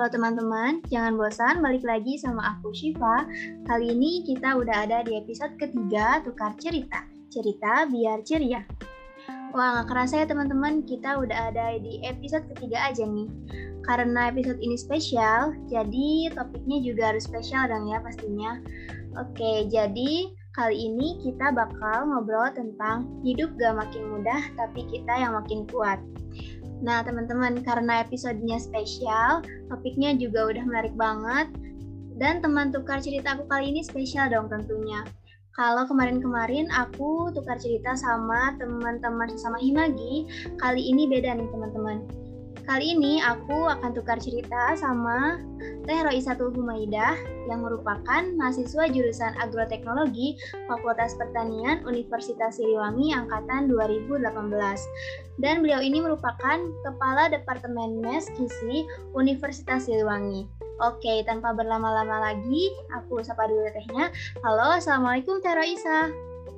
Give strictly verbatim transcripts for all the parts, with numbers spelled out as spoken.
Halo teman-teman, jangan bosan balik lagi sama aku Syifa. Kali ini kita udah ada di episode ketiga Tukar Cerita. Cerita biar ceria. Wah, gak kerasa ya teman-teman, kita udah ada di episode ketiga aja nih. Karena episode ini spesial, jadi topiknya juga harus spesial dong ya pastinya. Oke, jadi kali ini kita bakal ngobrol tentang hidup gak makin mudah, tapi kita yang makin kuat. Nah teman-teman, karena episodenya spesial, topiknya juga udah menarik banget, dan teman tukar cerita aku kali ini spesial dong tentunya. Kalau kemarin-kemarin aku tukar cerita sama teman-teman sesama Himagi, kali ini beda nih teman-teman. Kali ini aku akan tukar cerita sama Teh Roisatul Humaidah yang merupakan mahasiswa jurusan Agroteknologi Fakultas Pertanian Universitas Siliwangi angkatan dua ribu delapan belas. Dan beliau ini merupakan Kepala Departemen M E S Gizi Universitas Siliwangi. Oke, tanpa berlama-lama lagi, aku sapa dulu tehnya. Halo, Assalamualaikum Teh Roisa.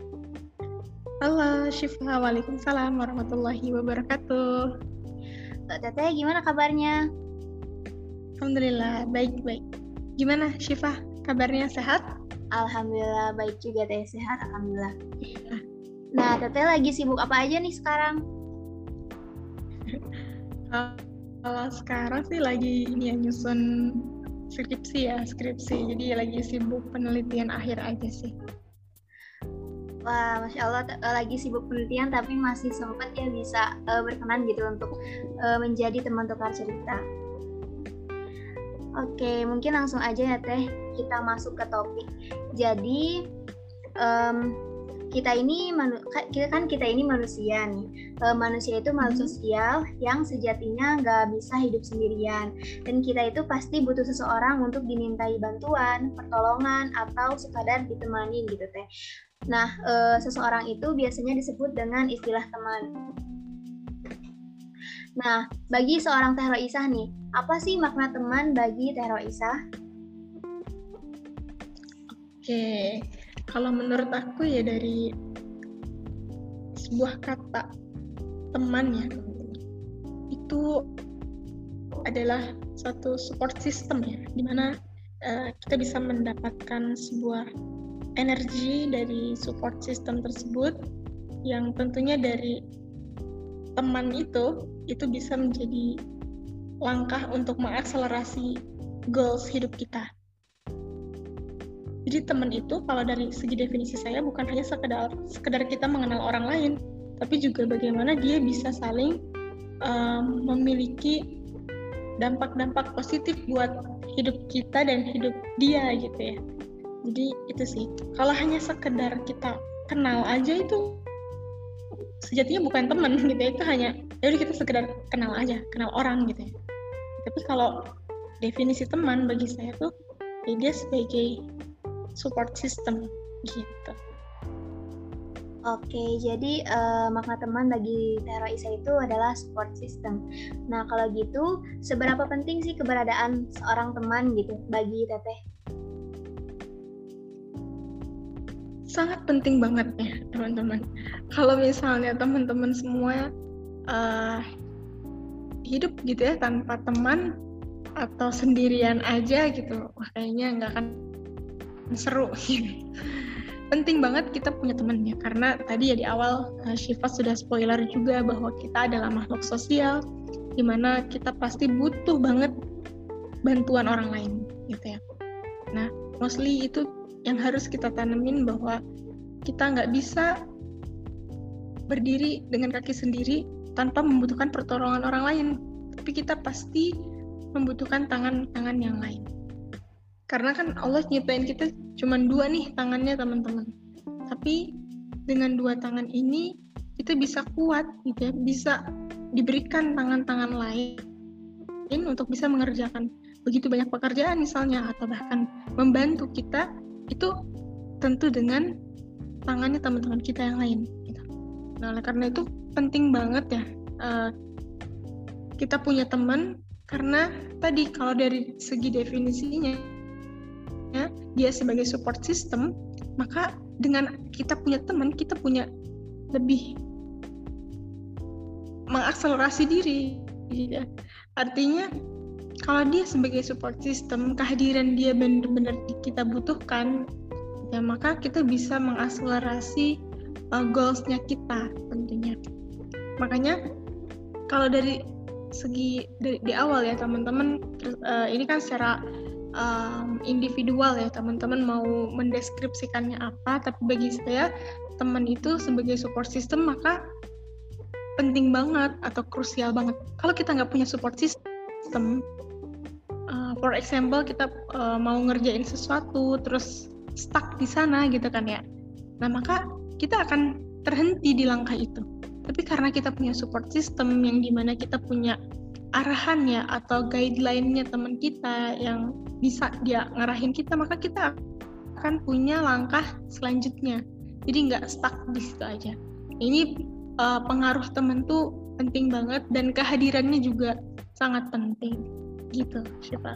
Halo Syifa, waalaikumsalam warahmatullahi wabarakatuh. Teteh, gimana kabarnya? Alhamdulillah, baik-baik. Gimana Syifa, kabarnya sehat? Alhamdulillah, baik juga Teh, sehat Alhamdulillah. Nah, Teteh lagi sibuk apa aja nih sekarang? Kalau sekarang sih lagi ini ya, nyusun skripsi ya, skripsi. Jadi lagi sibuk penelitian akhir aja sih. Wah, Masya Allah lagi sibuk penelitian tapi masih sempat ya bisa uh, berkenan gitu untuk uh, menjadi teman tukar cerita. Oke, mungkin langsung aja ya Teh, kita masuk ke topik. Jadi um, kita ini manu- kita kan kita ini manusia nih. Uh, manusia itu makhluk sosial yang sejatinya nggak bisa hidup sendirian. Dan kita itu pasti butuh seseorang untuk dimintai bantuan, pertolongan, atau sekadar ditemani gitu Teh. Nah, e, seseorang itu biasanya disebut dengan istilah teman. Nah, bagi seorang Teh Roisah nih, apa sih makna teman bagi Teh Roisah? Oke, kalau menurut aku ya dari sebuah kata teman ya, itu adalah satu support system ya, di mana uh, kita bisa mendapatkan sebuah energi dari support system tersebut yang tentunya dari teman itu itu bisa menjadi langkah untuk mengakselerasi goals hidup kita. Jadi teman itu kalau dari segi definisi saya bukan hanya sekedar sekedar kita mengenal orang lain, tapi juga bagaimana dia bisa saling um, memiliki dampak-dampak positif buat hidup kita dan hidup dia gitu ya. Jadi itu sih, kalau hanya sekedar kita kenal aja itu sejatinya bukan teman gitu ya, itu hanya ya udah kita sekedar kenal aja, kenal orang gitu ya. Tapi kalau definisi teman bagi saya tuh ya dia sebagai support system gitu. Oke, jadi uh, makna teman bagi Teh Roisah itu adalah support system. Nah, kalau gitu seberapa penting sih keberadaan seorang teman gitu bagi Teteh? Sangat penting banget ya teman-teman. Kalau misalnya teman-teman semua uh, hidup gitu ya tanpa teman atau sendirian aja gitu, wah kayaknya nggak akan seru. Penting banget kita punya teman ya, karena tadi ya di awal uh, Syifa sudah spoiler juga bahwa kita adalah makhluk sosial, di mana kita pasti butuh banget bantuan orang lain gitu ya. Nah, mostly itu yang harus kita tanemin bahwa kita nggak bisa berdiri dengan kaki sendiri tanpa membutuhkan pertolongan orang lain, tapi kita pasti membutuhkan tangan-tangan yang lain. Karena kan Allah nyiptain kita cuma dua nih tangannya teman-teman, tapi dengan dua tangan ini kita bisa kuat gitu ya, bisa diberikan tangan-tangan lain untuk bisa mengerjakan begitu banyak pekerjaan misalnya, atau bahkan membantu kita itu tentu dengan tangannya teman-teman kita yang lain gitu. Nah, oleh karena itu penting banget ya uh, kita punya teman, karena tadi kalau dari segi definisinya ya, dia sebagai support system, maka dengan kita punya teman, kita punya lebih mengakselerasi diri ya. Artinya kalau dia sebagai support system, kehadiran dia benar-benar kita butuhkan, ya maka kita bisa mengakselerasi uh, goals-nya kita tentunya. Makanya kalau dari segi dari, di awal ya teman-teman, uh, ini kan secara um, individual ya, teman-teman mau mendeskripsikannya apa, tapi bagi saya teman itu sebagai support system maka penting banget atau krusial banget. Kalau kita nggak punya support system, uh, for example kita uh, mau ngerjain sesuatu terus stuck di sana gitu kan ya, nah maka kita akan terhenti di langkah itu. Tapi karena kita punya support system yang dimana kita punya arahan ya atau guideline-nya teman kita yang bisa dia ngarahin kita, maka kita akan punya langkah selanjutnya. Jadi nggak stuck di situ aja. Ini uh, pengaruh teman tuh penting banget dan kehadirannya juga sangat penting. Gitu, Syifa.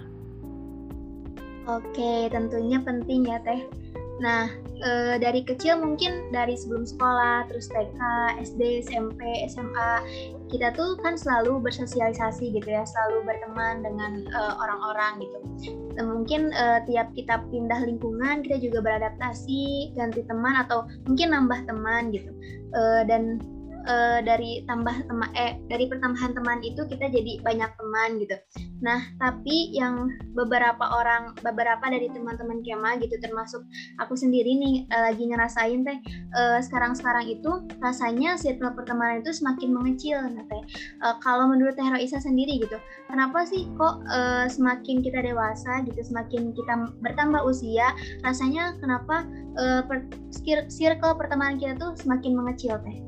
Oke, tentunya penting ya Teh. Nah, e, dari kecil mungkin dari sebelum sekolah, terus T K, S D, S M P, S M A, kita tuh kan selalu bersosialisasi gitu ya, selalu berteman dengan e, orang-orang gitu. Dan mungkin e, tiap kita pindah lingkungan, kita juga beradaptasi, ganti teman atau mungkin nambah teman gitu. E, dan e, dari tambah teman, eh dari pertambahan teman itu kita jadi banyak teman gitu. Nah, tapi yang beberapa orang, beberapa dari teman-teman Kema gitu, termasuk aku sendiri nih uh, lagi ngerasain teh uh, sekarang-sekarang itu rasanya circle pertemanan itu semakin mengecil, nah teh. Uh, kalau menurut Teh Roisa sendiri gitu, kenapa sih kok uh, semakin kita dewasa gitu, semakin kita bertambah usia, rasanya kenapa uh, per- circle pertemanan kita tuh semakin mengecil teh?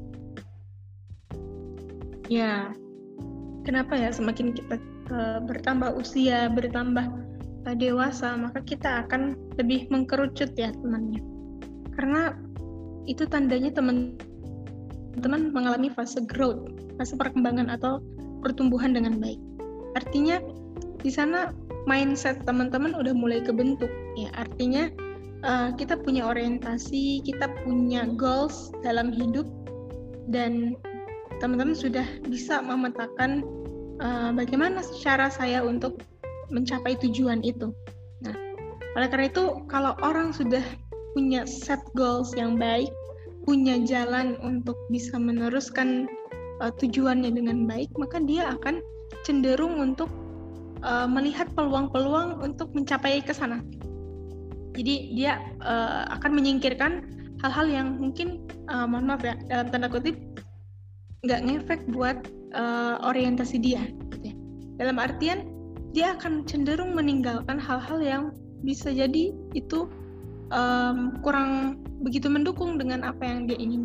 Ya, kenapa ya semakin kita uh, bertambah usia, bertambah uh, dewasa, maka kita akan lebih mengkerucut ya temannya. Karena itu tandanya teman-teman mengalami fase growth, fase perkembangan atau pertumbuhan dengan baik. Artinya di sana mindset teman-teman udah mulai kebentuk ya. Artinya uh, kita punya orientasi, kita punya goals dalam hidup dan teman-teman sudah bisa memetakan uh, bagaimana cara saya untuk mencapai tujuan itu. Nah, oleh karena itu kalau orang sudah punya set goals yang baik, punya jalan untuk bisa meneruskan uh, tujuannya dengan baik, maka dia akan cenderung untuk uh, melihat peluang-peluang untuk mencapai ke sana. Jadi dia uh, akan menyingkirkan hal-hal yang mungkin uh, mohon maaf ya dalam tanda kutip nggak ngefek buat uh, orientasi dia gitu ya. Dalam artian dia akan cenderung meninggalkan hal-hal yang bisa jadi itu um, kurang begitu mendukung dengan apa yang dia ingin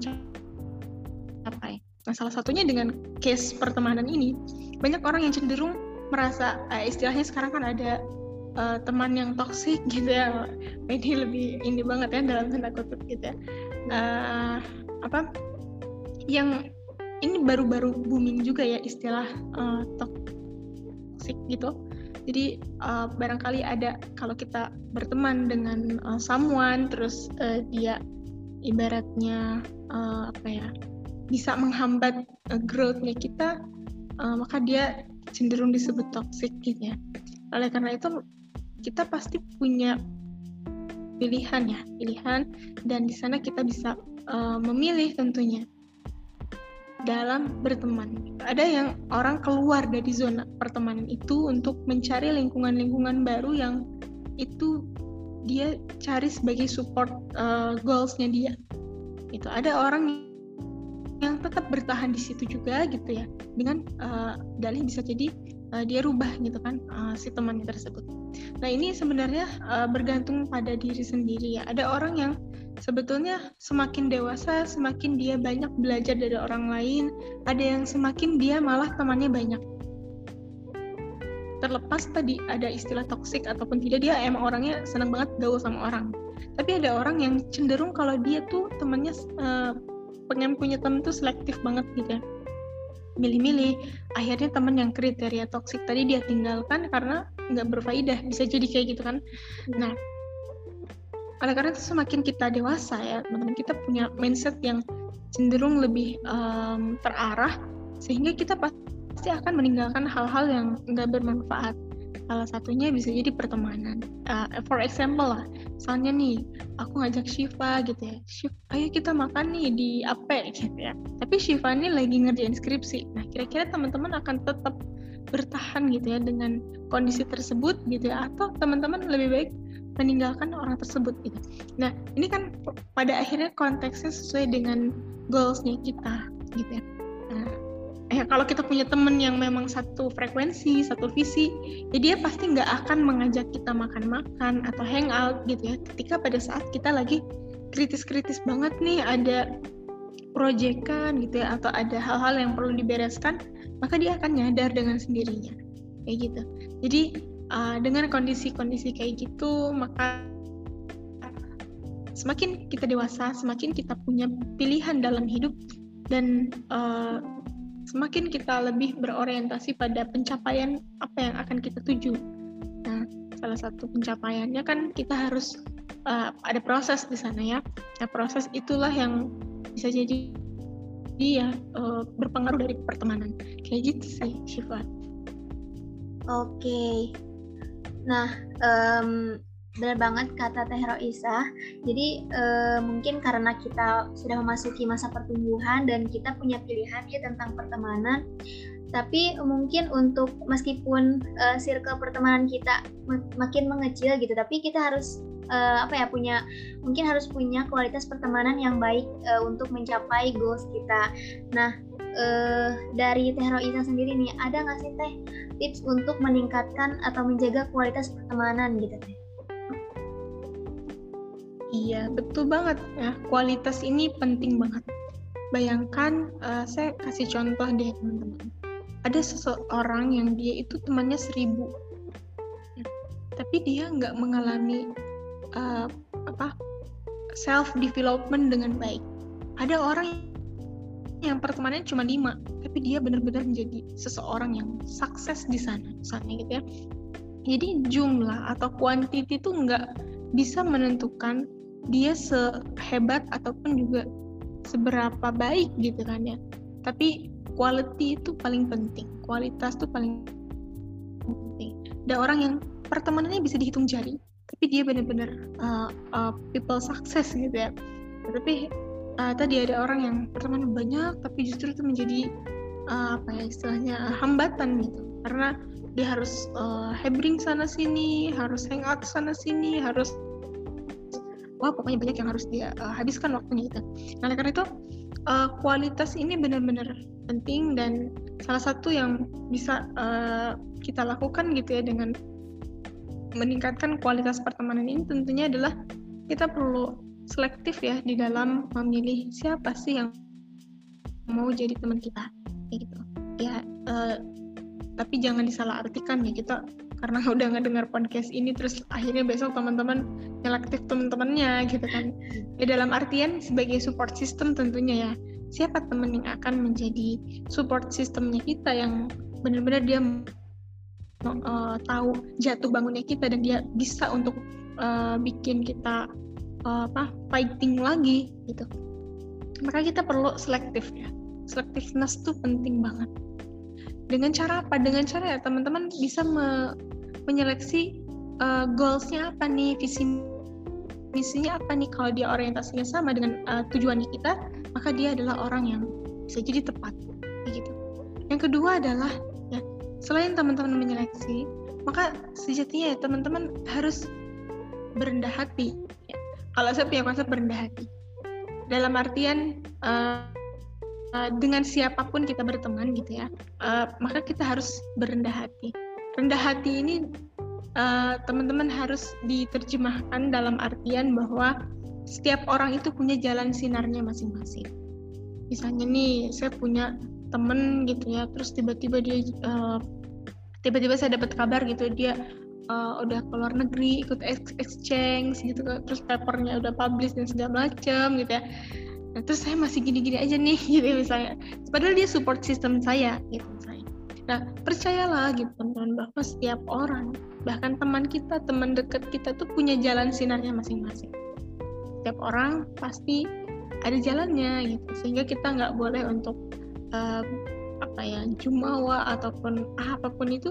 capai. Nah, salah satunya dengan case pertemanan ini, banyak orang yang cenderung merasa uh, istilahnya sekarang kan ada uh, teman yang toksik gitu ya. Ini lebih ini banget ya dalam tanda kutip gitu ya. Uh, apa yang ini baru-baru booming juga ya istilah uh, toxic gitu. Jadi uh, barangkali ada kalau kita berteman dengan uh, someone terus uh, dia ibaratnya uh, apa ya bisa menghambat uh, growth-nya kita, uh, maka dia cenderung disebut toxic gitu ya. Oleh karena itu kita pasti punya pilihan ya, pilihan dan di sana kita bisa uh, memilih tentunya dalam berteman. Ada yang orang keluar dari zona pertemanan itu untuk mencari lingkungan-lingkungan baru yang itu dia cari sebagai support uh, goals-nya dia. Itu ada orang yang tetap bertahan di situ juga gitu ya. Dengan uh, dalih bisa jadi uh, dia rubah gitu kan uh, si temannya tersebut. Nah, ini sebenarnya uh, bergantung pada diri sendiri ya. Ada orang yang sebetulnya semakin dewasa, semakin dia banyak belajar dari orang lain. Ada yang semakin dia malah temannya banyak. Terlepas tadi ada istilah toksik ataupun tidak, dia emang orangnya senang banget gaul sama orang. Tapi ada orang yang cenderung kalau dia tuh temannya uh, pengen punya teman tuh selektif banget gitu ya. Milih-milih, akhirnya teman yang kriteria toksik tadi dia tinggalkan karena nggak berfaedah. Bisa jadi kayak gitu kan. Nah, oleh karena itu semakin kita dewasa ya teman-teman, kita punya mindset yang cenderung lebih um, terarah sehingga kita pasti akan meninggalkan hal-hal yang nggak bermanfaat Salah satunya bisa jadi pertemanan. Uh, for example lah, misalnya nih, aku ngajak Syifa gitu ya, Syif, ayo kita makan nih di A P gitu ya. Tapi Syifa ini lagi ngerjain skripsi. Nah, kira-kira teman-teman akan tetap bertahan gitu ya dengan kondisi tersebut gitu ya, atau teman-teman lebih baik meninggalkan orang tersebut gitu. Nah, ini kan pada akhirnya konteksnya sesuai dengan goals-nya kita gitu ya. Nah, eh kalau kita punya temen yang memang satu frekuensi, satu visi, ya dia pasti nggak akan mengajak kita makan-makan atau hangout gitu ya, ketika pada saat kita lagi kritis-kritis banget nih, ada proyekan gitu ya, atau ada hal-hal yang perlu dibereskan, maka dia akan nyadar dengan sendirinya kayak gitu. Jadi uh, dengan kondisi-kondisi kayak gitu, maka semakin kita dewasa, semakin kita punya pilihan dalam hidup, dan uh, semakin kita lebih berorientasi pada pencapaian apa yang akan kita tuju. Nah, salah satu pencapaiannya kan kita harus uh, ada proses di sana ya. Nah, proses itulah yang bisa jadi dia uh, berpengaruh dari pertemanan. Kayak gitu sih, Syifa. Oke. Nah, um, benar banget kata Teh Roisa. Jadi uh, mungkin karena kita sudah memasuki masa pertumbuhan dan kita punya pilihan ya tentang pertemanan, tapi mungkin untuk meskipun uh, circle pertemanan kita mak- makin mengecil gitu, tapi kita harus uh, apa ya punya mungkin harus punya kualitas pertemanan yang baik uh, untuk mencapai goals kita. Nah, uh, dari Teh Roisa sendiri nih, ada nggak sih Teh tips untuk meningkatkan atau menjaga kualitas pertemanan gitu Teh? Iya, betul banget ya. Kualitas ini penting banget. Bayangkan, uh, saya kasih contoh deh teman-teman. Ada seseorang yang dia itu temannya seribu, ya, tapi dia nggak mengalami uh, apa self development dengan baik. Ada orang yang pertemanannya cuma lima, tapi dia benar-benar menjadi seseorang yang sukses di sana, misalnya gitu ya. Jadi jumlah atau quantity itu nggak bisa menentukan dia sehebat ataupun juga seberapa baik gitu kan ya. Tapi quality itu paling penting, kualitas itu paling penting. Ada orang yang pertemanannya bisa dihitung jari, tapi dia benar-benar uh, uh, people success gitu ya. Tapi uh, tadi ada orang yang pertemanan banyak, tapi justru itu menjadi uh, apa ya istilahnya hambatan gitu, karena dia harus uh, hebring sana sini, harus hangout sana sini, harus wah pokoknya banyak yang harus dia uh, habiskan waktunya gitu. Nah, karena itu uh, kualitas ini benar-benar penting, dan salah satu yang bisa uh, kita lakukan gitu ya dengan meningkatkan kualitas pertemanan ini tentunya adalah kita perlu selektif ya di dalam memilih siapa sih yang mau jadi teman kita kayak gitu ya. Uh, tapi jangan disalahartikan ya, kita karena udah ngedengar podcast ini terus akhirnya besok teman-teman nyelektif teman-temannya gitu kan ya, dalam artian sebagai support system tentunya ya, siapa teman yang akan menjadi support systemnya kita, yang benar-benar dia uh, tahu jatuh bangunnya kita dan dia bisa untuk uh, bikin kita uh, apa fighting lagi gitu. Maka kita perlu selektif ya, selectiveness tuh penting banget. Dengan cara apa? Dengan cara ya teman-teman bisa me- menyeleksi uh, goals-nya apa nih, visi misinya apa nih. Kalau dia orientasinya sama dengan uh, tujuannya kita, maka dia adalah orang yang bisa jadi tepat gitu. Yang kedua adalah ya, selain teman-teman menyeleksi, maka sejatinya ya teman-teman harus berendah hati ya. Kalau saya punya konsep berendah hati dalam artian uh, Uh, dengan siapapun kita berteman gitu ya, uh, maka kita harus berendah hati. Rendah hati ini uh, teman-teman harus diterjemahkan dalam artian bahwa setiap orang itu punya jalan sinarnya masing-masing. Misalnya nih, saya punya temen gitu ya, terus tiba-tiba dia uh, tiba-tiba saya dapat kabar gitu dia uh, udah keluar negeri ikut exchange gitu, terus papernya udah publish dan segala macam gitu ya. Nah, terus saya masih gini-gini aja nih gitu misalnya, padahal dia support system saya gitu misalnya. Nah, percayalah gitu teman-teman bahwa setiap orang, bahkan teman kita, teman dekat kita tuh punya jalan sinarnya masing-masing. Setiap orang pasti ada jalannya gitu, sehingga kita nggak boleh untuk uh, apa ya jumawa ataupun ah, apapun itu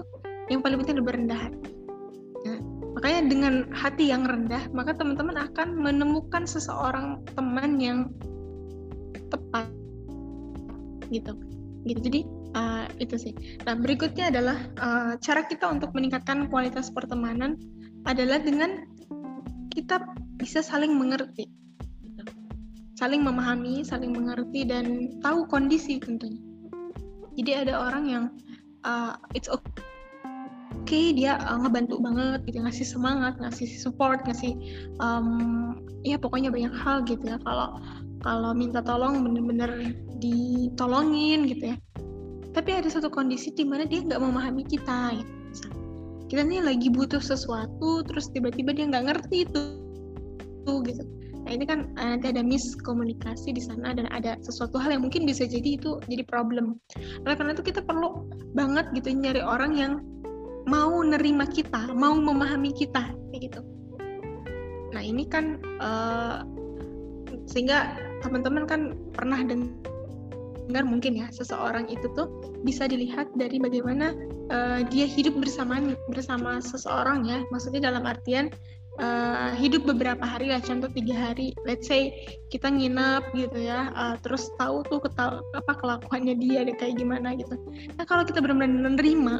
yang paling penting adalah berendah hati. Nah, makanya dengan hati yang rendah, maka teman-teman akan menemukan seseorang teman yang tepat gitu. Gitu. Jadi uh, itu sih. Nah, berikutnya adalah uh, cara kita untuk meningkatkan kualitas pertemanan adalah dengan kita bisa saling mengerti. Gitu. Saling memahami, saling mengerti dan tahu kondisi tentunya. Jadi ada orang yang uh, it's okay okay, dia uh, ngebantu banget gitu, ngasih semangat, ngasih support, ngasih um, ya pokoknya banyak hal gitu ya. Kalau kalau minta tolong bener-bener ditolongin gitu ya. Tapi ada satu kondisi di mana dia nggak memahami kita gitu. Kita nih lagi butuh sesuatu, terus tiba-tiba dia nggak ngerti itu, tuh gitu. Nah ini kan nanti ada miskomunikasi di sana dan ada sesuatu hal yang mungkin bisa jadi itu jadi problem. Oleh karena itu kita perlu banget gitu nyari orang yang mau nerima kita, mau memahami kita, kayak gitu. Nah ini kan uh, sehingga teman-teman kan pernah dengar mungkin ya seseorang itu tuh bisa dilihat dari bagaimana uh, dia hidup bersama bersama seseorang ya, maksudnya dalam artian uh, hidup beberapa hari lah, contoh tiga hari, let's say kita nginep gitu ya, uh, terus tahu tuh keta- apa kelakuannya dia kayak gimana gitu. Nah kalau kita benar-benar menerima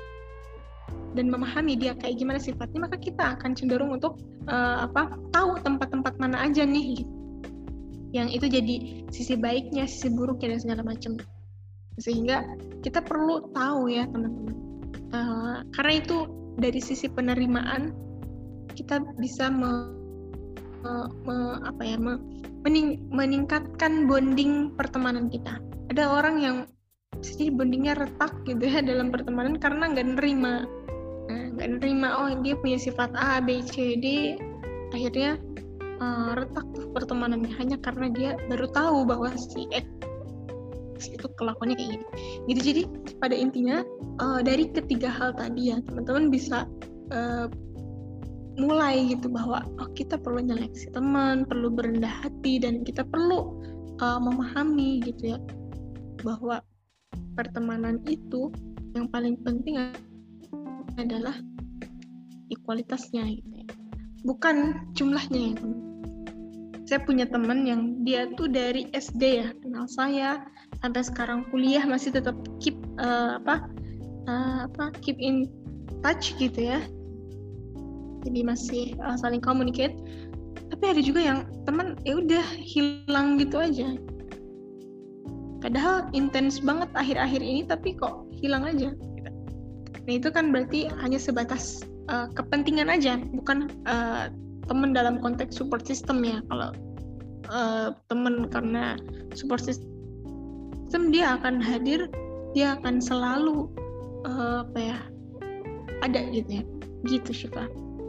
dan memahami dia kayak gimana sifatnya, maka kita akan cenderung untuk uh, apa tahu tempat-tempat mana aja nih gitu. Yang itu jadi sisi baiknya, sisi buruknya dan segala macam. Sehingga kita perlu tahu ya teman-teman. Uh, karena itu dari sisi penerimaan kita bisa me, me, me, apa ya me, mening, meningkatkan bonding pertemanan kita. Ada orang yang jadi bondingnya retak gitu ya dalam pertemanan karena nggak nerima. Nah, nggak nerima, oh dia punya sifat A, B, C, D, akhirnya uh, retak tuh pertemanannya hanya karena dia baru tahu bahwa si X itu kelakuannya kayak gini. Gitu. Jadi pada intinya uh, dari ketiga hal tadi ya teman-teman bisa uh, mulai gitu bahwa oh kita perlu nyeleksi teman, perlu berendah hati dan kita perlu uh, memahami gitu ya bahwa pertemanan itu yang paling penting adalah kualitasnya gitu ya. Bukan jumlahnya ya teman. Saya punya teman yang dia tuh dari S D ya kenal saya sampai sekarang kuliah masih tetap keep uh, apa uh, apa keep in touch gitu ya. Jadi masih uh, saling communicate. Tapi ada juga yang teman ya udah hilang gitu aja. Padahal intens banget akhir-akhir ini tapi kok hilang aja. Nah itu kan berarti hanya sebatas uh, kepentingan aja, bukan uh, teman dalam konteks support system ya. Kalau uh, teman karena support system dia akan hadir, dia akan selalu uh, apa ya ada gitu ya, gitu Syifa.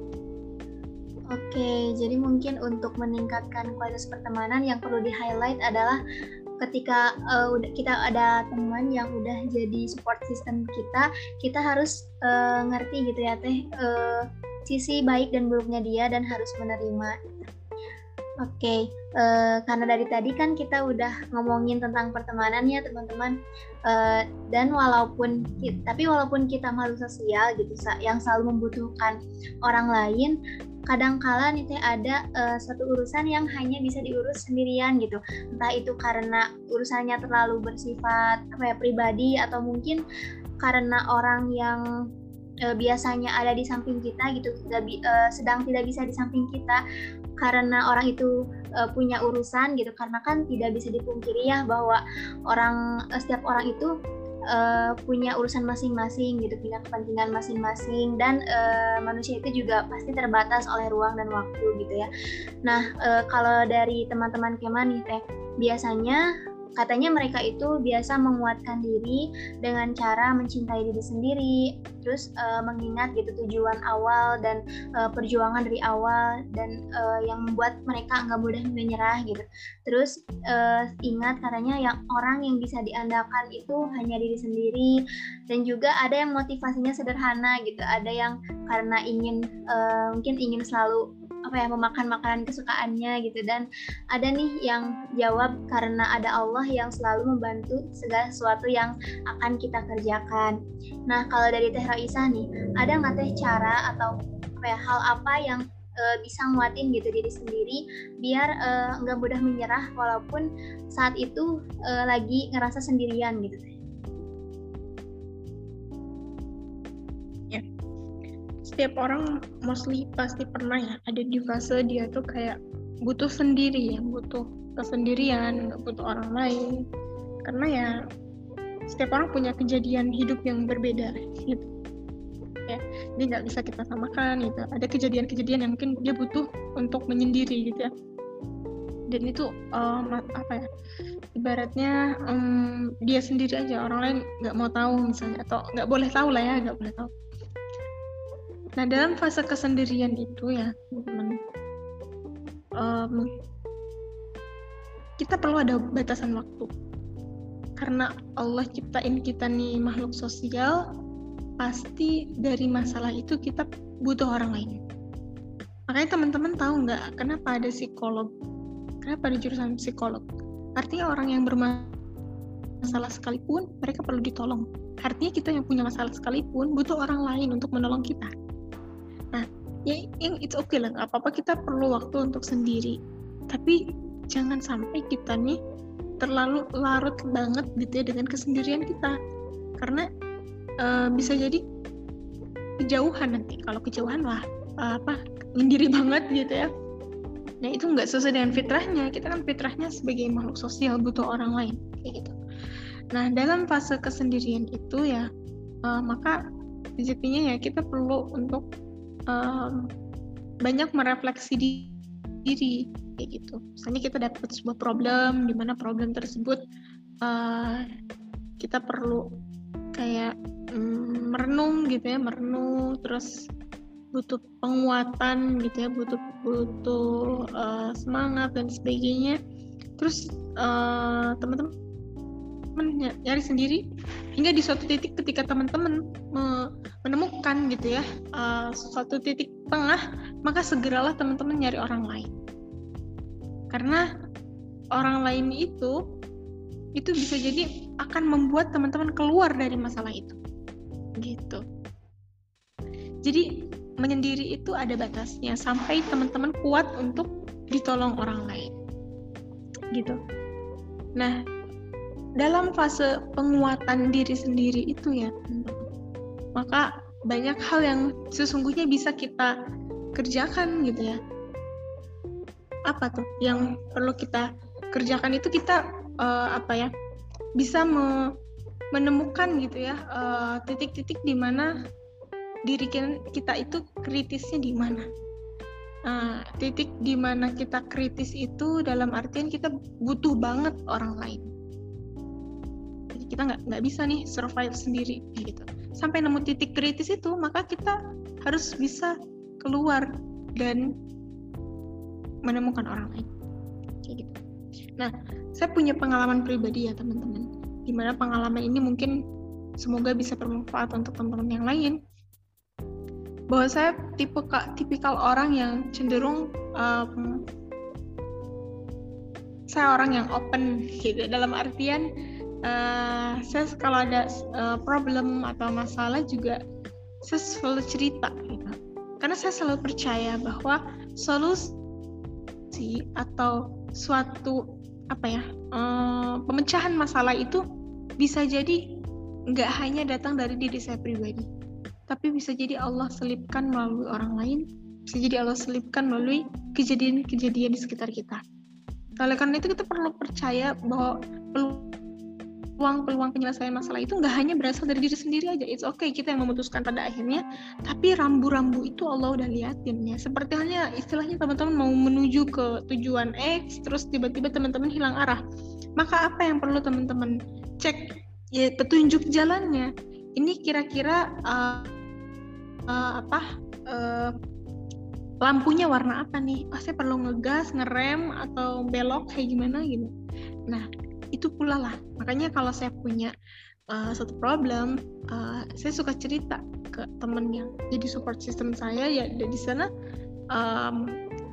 Oke, jadi mungkin untuk meningkatkan kualitas pertemanan yang perlu di-highlight adalah ketika uh, udah kita ada teman yang udah jadi support system kita, kita harus uh, ngerti gitu ya teh uh, sisi baik dan buruknya dia dan harus menerima. Oke, okay. uh, karena dari tadi kan kita udah ngomongin tentang pertemanan ya teman-teman, uh, dan walaupun tapi walaupun kita makhluk sosial gitu yang selalu membutuhkan orang lain, kadangkala nih teh ada uh, satu urusan yang hanya bisa diurus sendirian gitu, entah itu karena urusannya terlalu bersifat apa ya pribadi atau mungkin karena orang yang uh, biasanya ada di samping kita gitu gak, uh, sedang tidak bisa di samping kita karena orang itu uh, punya urusan gitu, karena kan tidak bisa dipungkiri ya bahwa orang uh, setiap orang itu Uh, punya urusan masing-masing gitu, punya kepentingan masing-masing dan uh, manusia itu juga pasti terbatas oleh ruang dan waktu gitu ya. Nah uh, kalau dari teman-teman Kema nih teh, biasanya katanya mereka itu biasa menguatkan diri dengan cara mencintai diri sendiri, terus uh, mengingat gitu tujuan awal dan uh, perjuangan dari awal dan uh, yang membuat mereka nggak mudah menyerah gitu. Terus uh, ingat katanya yang orang yang bisa diandalkan itu hanya diri sendiri, dan juga ada yang motivasinya sederhana gitu, ada yang karena ingin uh, mungkin ingin selalu apa ya memakan makanan kesukaannya gitu, dan ada nih yang jawab karena ada Allah yang selalu membantu segala sesuatu yang akan kita kerjakan. Nah kalau dari Teh Raisa nih, ada nggak Teh cara atau apa ya hal apa yang uh, bisa nguatin gitu diri sendiri biar nggak uh, mudah menyerah walaupun saat itu uh, lagi ngerasa sendirian gitu Teh? Ya, setiap orang mostly pasti pernah ya ada di fase dia tuh kayak butuh sendiri ya, butuh kesendirian, nggak butuh orang lain. Karena ya setiap orang punya kejadian hidup yang berbeda gitu. Ya, dia nggak bisa kita samakan gitu. Ada kejadian-kejadian yang mungkin dia butuh untuk menyendiri gitu ya. Dan itu um, apa ya? Ibaratnya um, dia sendiri aja, orang lain nggak mau tahu misalnya, atau nggak boleh tahu lah ya, nggak boleh tahu. Nah dalam fase kesendirian itu ya teman-teman, um, kita perlu ada batasan waktu. Karena Allah ciptain kita nih makhluk sosial, pasti dari masalah itu kita butuh orang lain. Makanya teman-teman tahu nggak kenapa ada psikolog? Kenapa ada jurusan psikolog? Artinya orang yang bermasalah sekalipun mereka perlu ditolong. Artinya kita yang punya masalah sekalipun butuh orang lain untuk menolong kita. Nah, ya yang it's okay lah, nggak apa-apa kita perlu waktu untuk sendiri. Tapi jangan sampai kita nih terlalu larut banget gitu ya dengan kesendirian kita. Karena uh, bisa jadi kejauhan nanti. Kalau kejauhan wah uh, apa sendiri banget gitu ya. Nah itu nggak sesuai dengan fitrahnya. Kita kan fitrahnya sebagai makhluk sosial butuh orang lain kayak gitu. Nah dalam fase kesendirian itu ya uh, maka sejatinya ya kita perlu untuk Um, banyak merefleksi diri kayak gitu. Misalnya kita dapat sebuah problem, di mana problem tersebut uh, kita perlu kayak um, merenung gitu ya, merenung, terus butuh penguatan gitu ya, butuh butuh uh, semangat dan sebagainya. Terus uh, teman-teman nyari sendiri hingga di suatu titik ketika teman-teman menemukan gitu ya uh, suatu titik tengah, maka segeralah teman-teman nyari orang lain. Karena orang lain itu itu bisa jadi akan membuat teman-teman keluar dari masalah itu. Gitu. Jadi menyendiri itu ada batasnya sampai teman-teman kuat untuk ditolong orang lain. Gitu. Nah, dalam fase penguatan diri sendiri itu ya, maka banyak hal yang sesungguhnya bisa kita kerjakan gitu ya. Apa tuh yang perlu kita kerjakan itu kita uh, apa ya bisa me- menemukan gitu ya uh, titik-titik di mana diri kita itu kritisnya di mana. Uh, titik di mana kita kritis itu dalam artian kita butuh banget orang lain. Kita nggak nggak bisa nih survive sendiri gitu. Sampai nemu titik kritis itu, maka kita harus bisa keluar dan menemukan orang lain kayak gitu. Nah, saya punya pengalaman pribadi ya teman-teman, dimana pengalaman ini mungkin semoga bisa bermanfaat untuk teman-teman yang lain. Bahwa saya tipe tipikal orang yang cenderung um, saya orang yang open gitu, dalam artian Uh, saya kalau ada uh, problem atau masalah juga saya selalu cerita gitu. Karena saya selalu percaya bahwa solusi atau suatu apa ya uh, pemecahan masalah itu bisa jadi nggak hanya datang dari diri saya pribadi, tapi bisa jadi Allah selipkan melalui orang lain, bisa jadi Allah selipkan melalui kejadian-kejadian di sekitar kita. Oleh karena itu kita perlu percaya bahwa peluang-peluang penyelesaian masalah itu nggak hanya berasal dari diri sendiri aja. It's okay kita yang memutuskan pada akhirnya, tapi rambu-rambu itu Allah udah liatin ya. Seperti halnya istilahnya teman-teman mau menuju ke tujuan X, terus tiba-tiba teman-teman hilang arah. Maka apa yang perlu teman-teman cek? Ya petunjuk jalannya. Ini kira-kira uh, uh, apa? Uh, lampunya warna apa nih? Oh, saya perlu ngegas, ngerem, atau belok kayak gimana gitu. Nah, itu pula lah. Makanya kalau saya punya uh, satu problem, uh, saya suka cerita ke temen yang jadi support system saya ya. Di sana um,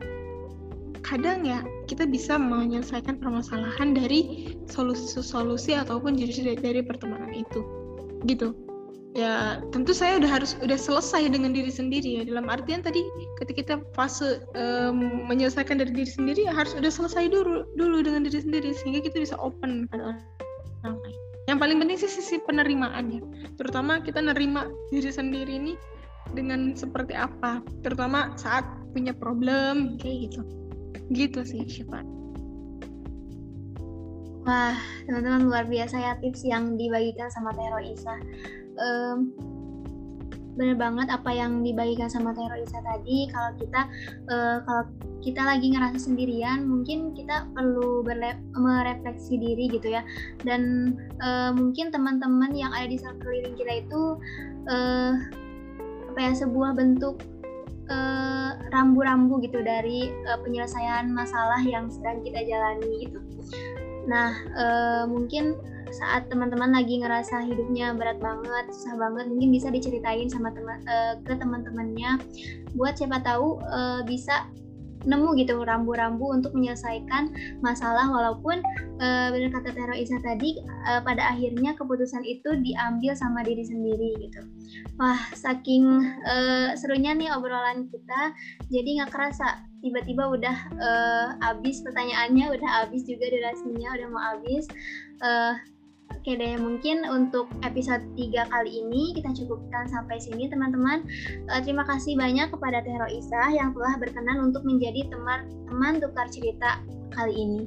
kadang ya kita bisa menyelesaikan permasalahan dari solusi-solusi ataupun dari, dari pertemanan itu gitu. Ya tentu saya udah harus udah selesai dengan diri sendiri ya, dalam artian tadi ketika kita fase um, menyelesaikan dari diri sendiri ya harus udah selesai dulu dulu dengan diri sendiri sehingga kita bisa open pada orang lain. Yang paling penting sih sisi penerimaannya, terutama kita nerima diri sendiri ini dengan seperti apa, terutama saat punya problem kayak gitu gitu sih Syifa. Wah, teman-teman luar biasa ya tips yang dibagikan sama Teh Roisa. Um, bener banget apa yang dibagikan sama Teh Roisa tadi. Kalau kita uh, kalau kita lagi ngerasa sendirian, mungkin kita perlu berle- merefleksi diri gitu ya. Dan uh, mungkin teman-teman yang ada di sekeliling kita itu uh, apa ya, sebuah bentuk uh, rambu-rambu gitu dari uh, penyelesaian masalah yang sedang kita jalani gitu. Nah, uh, mungkin saat teman-teman lagi ngerasa hidupnya berat banget, susah banget, mungkin bisa diceritain sama teman uh, ke teman-temannya, buat siapa tahu uh, bisa nemu gitu rambu-rambu untuk menyelesaikan masalah, walaupun uh, benar kata Teh Roisa tadi, uh, pada akhirnya keputusan itu diambil sama diri sendiri gitu. Wah, saking uh, serunya nih obrolan kita, jadi nggak kerasa tiba-tiba udah uh, habis pertanyaannya, udah habis juga durasinya, udah mau habis. Uh, Oke deh, mungkin untuk episode tiga kali ini kita cukupkan sampai sini teman-teman. Uh, terima kasih banyak kepada Teh Roisa yang telah berkenan untuk menjadi teman teman tukar cerita kali ini.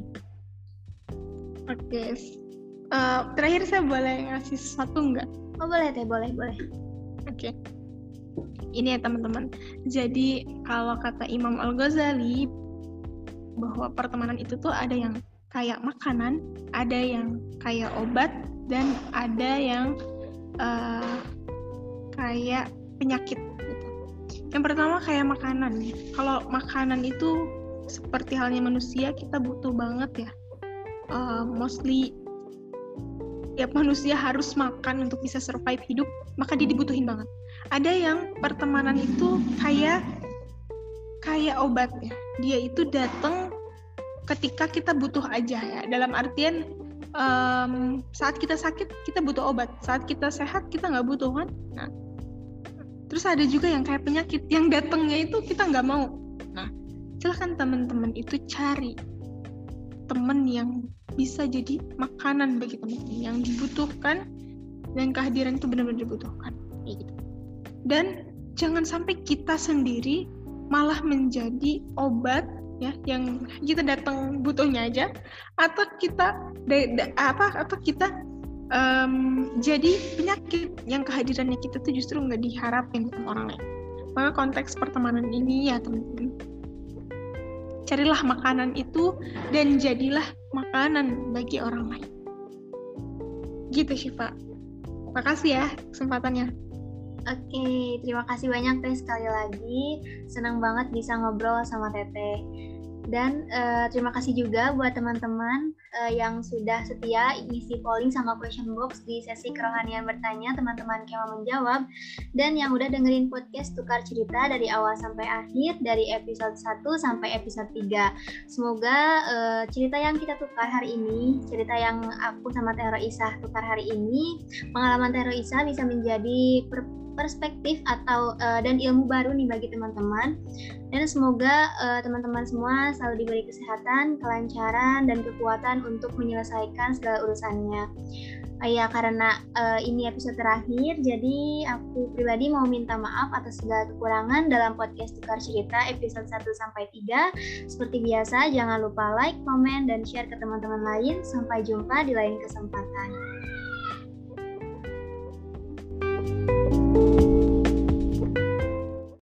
Oke, uh, terakhir saya boleh ngasih sesuatu nggak? Oh boleh Teh, boleh boleh. Oke, ini ya teman-teman. Jadi kalau kata Imam Al-Ghazali bahwa pertemanan itu tuh ada yang kayak makanan, ada yang kayak obat, dan ada yang uh, kayak penyakit gitu. Yang pertama kayak makanan. Kalau makanan itu seperti halnya manusia, kita butuh banget ya. Uh, mostly tiap manusia harus makan untuk bisa survive hidup, maka dia dibutuhin banget. Ada yang pertemanan itu kayak kayak obat ya. Dia itu datang ketika kita butuh aja ya, dalam artian um, saat kita sakit kita butuh obat, saat kita sehat kita nggak butuh kan. Nah, terus ada juga yang kayak penyakit yang datangnya itu kita nggak mau. Nah, silahkan teman-teman itu cari teman yang bisa jadi makanan bagi teman-teman yang dibutuhkan dan kehadiran itu benar-benar dibutuhkan kayak gitu. Dan jangan sampai kita sendiri malah menjadi obat ya yang kita datang butuhnya aja, atau kita da, da, apa atau kita um, jadi penyakit yang kehadirannya kita tuh justru nggak diharapin sama orang lain. Maka konteks pertemanan ini ya teman-teman, carilah makanan itu dan jadilah makanan bagi orang lain. Gitu Syifa. Makasih ya kesempatannya. Oke, terima kasih banyak Teh sekali lagi. Senang banget bisa ngobrol sama Teteh. Dan uh, terima kasih juga buat teman-teman uh, yang sudah setia isi polling sama question box di sesi kerohanian bertanya, teman-teman Kema menjawab, dan yang udah dengerin podcast Tukar Cerita dari awal sampai akhir, dari episode satu sampai episode tiga. Semoga uh, cerita yang kita tukar hari ini, cerita yang aku sama Teh Roisa tukar hari ini, pengalaman Teh Roisa bisa menjadi per- perspektif atau uh, dan ilmu baru nih bagi teman-teman, dan semoga uh, teman-teman semua selalu diberi kesehatan, kelancaran, dan kekuatan untuk menyelesaikan segala urusannya. Uh, ya karena uh, ini episode terakhir, jadi aku pribadi mau minta maaf atas segala kekurangan dalam podcast Tukar Cerita episode satu sampai tiga. Seperti biasa, jangan lupa like, komen, dan share ke teman-teman lain. Sampai jumpa di lain kesempatan.